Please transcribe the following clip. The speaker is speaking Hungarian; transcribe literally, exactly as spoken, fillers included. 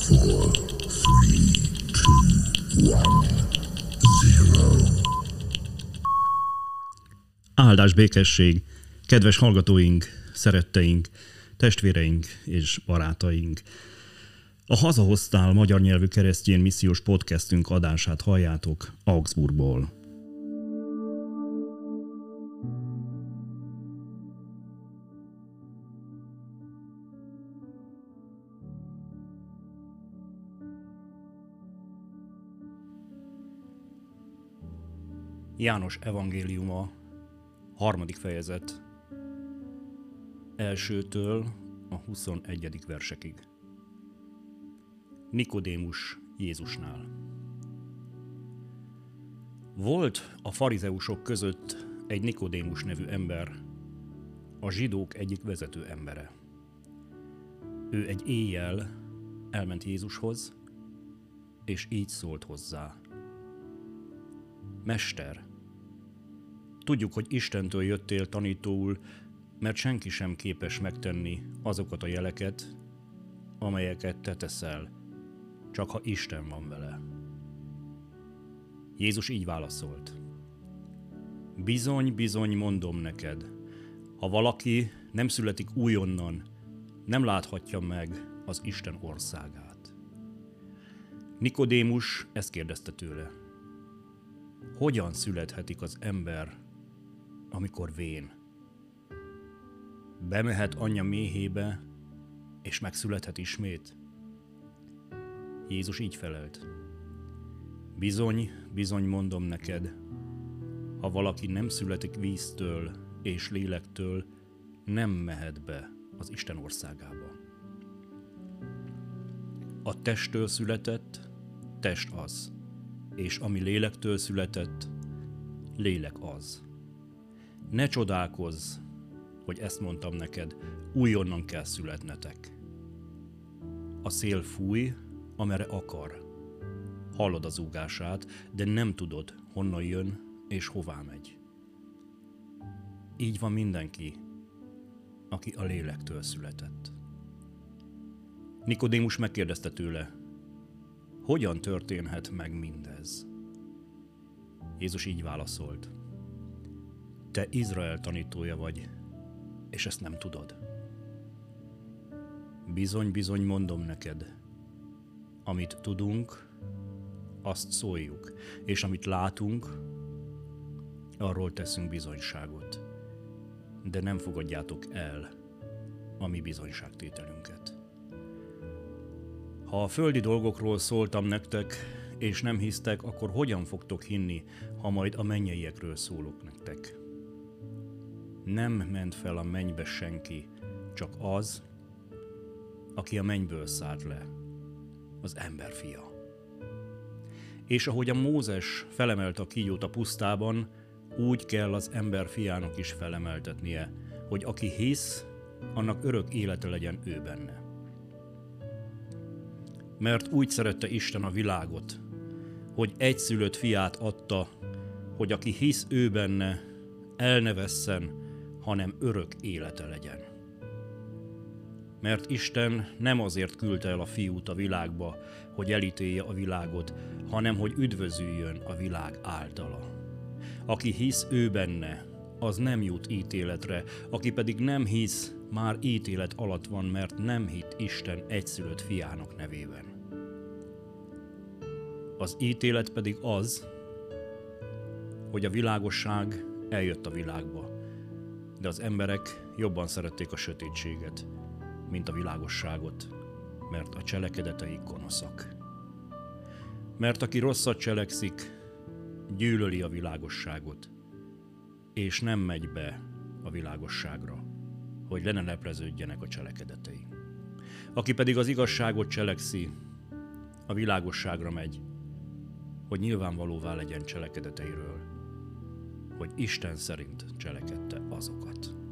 four, three, two, one, zero. Áldás, békesség, kedves hallgatóink, szeretteink, testvéreink és barátaink! A Hazahoztál magyar nyelvű keresztény missziós podcastünk adását halljátok Augsburgból. János evangéliuma, harmadik fejezet, elsőtől a huszonegyedik versekig. Nikodémus Jézusnál. Volt a farizeusok között egy Nikodémus nevű ember, a zsidók egyik vezető embere. Ő egy éjjel elment Jézushoz, és így szólt hozzá. Mester, tudjuk, hogy Istentől jöttél tanítóul, mert senki sem képes megtenni azokat a jeleket, amelyeket te teszel, csak ha Isten van vele. Jézus így válaszolt. Bizony, bizony mondom neked, ha valaki nem születik újonnan, nem láthatja meg az Isten országát. Nikodémus ezt kérdezte tőle. Hogyan születhetik az ember, amikor vén? Bemehet anyja méhébe, és megszülethet ismét? Jézus így felelt. Bizony, bizony mondom neked, ha valaki nem születik víztől és lélektől, nem mehet be az Isten országába. A testtől született, test az, és ami lélektől született, lélek az. Ne csodálkozz, hogy ezt mondtam neked, újonnan kell születnetek. A szél fúj, amerre akar. Hallod a zúgását, de nem tudod, honnan jön és hová megy. Így van mindenki, aki a lélektől született. Nikodémus megkérdezte tőle, hogyan történhet meg mindez? Jézus így válaszolt. Te Izrael tanítója vagy, és ezt nem tudod. Bizony, bizony mondom neked, amit tudunk, azt szóljuk, és amit látunk, arról teszünk bizonyságot, de nem fogadjátok el a mi bizonyságtételünket. Ha a földi dolgokról szóltam nektek, és nem hisztek, akkor hogyan fogtok hinni, ha majd a mennyeiekről szólok nektek? Nem ment fel a mennybe senki, csak az, aki a mennyből szállt le, az emberfia. És ahogy a Mózes felemelte a kígyót a pusztában, úgy kell az emberfiának is felemeltetnie, hogy aki hisz, annak örök élete legyen ő benne. Mert úgy szerette Isten a világot, hogy egyszülött fiát adta, hogy aki hisz ő benne, el ne vesszen, hanem örök élete legyen. Mert Isten nem azért küldte el a fiút a világba, hogy elítélje a világot, hanem hogy üdvözüljön a világ általa. Aki hisz ő benne, az nem jut ítéletre, aki pedig nem hisz, már ítélet alatt van, mert nem hitt Isten egyszülött fiának nevében. Az ítélet pedig az, hogy a világosság eljött a világba, de az emberek jobban szerették a sötétséget, mint a világosságot, mert a cselekedeteik gonoszak. Mert aki rosszat cselekszik, gyűlöli a világosságot, és nem megy be a világosságra, hogy le ne lepleződjenek a cselekedetei. Aki pedig az igazságot cselekszi, a világosságra megy, hogy nyilvánvalóvá legyen cselekedeteiről, hogy Isten szerint cselekedte azokat.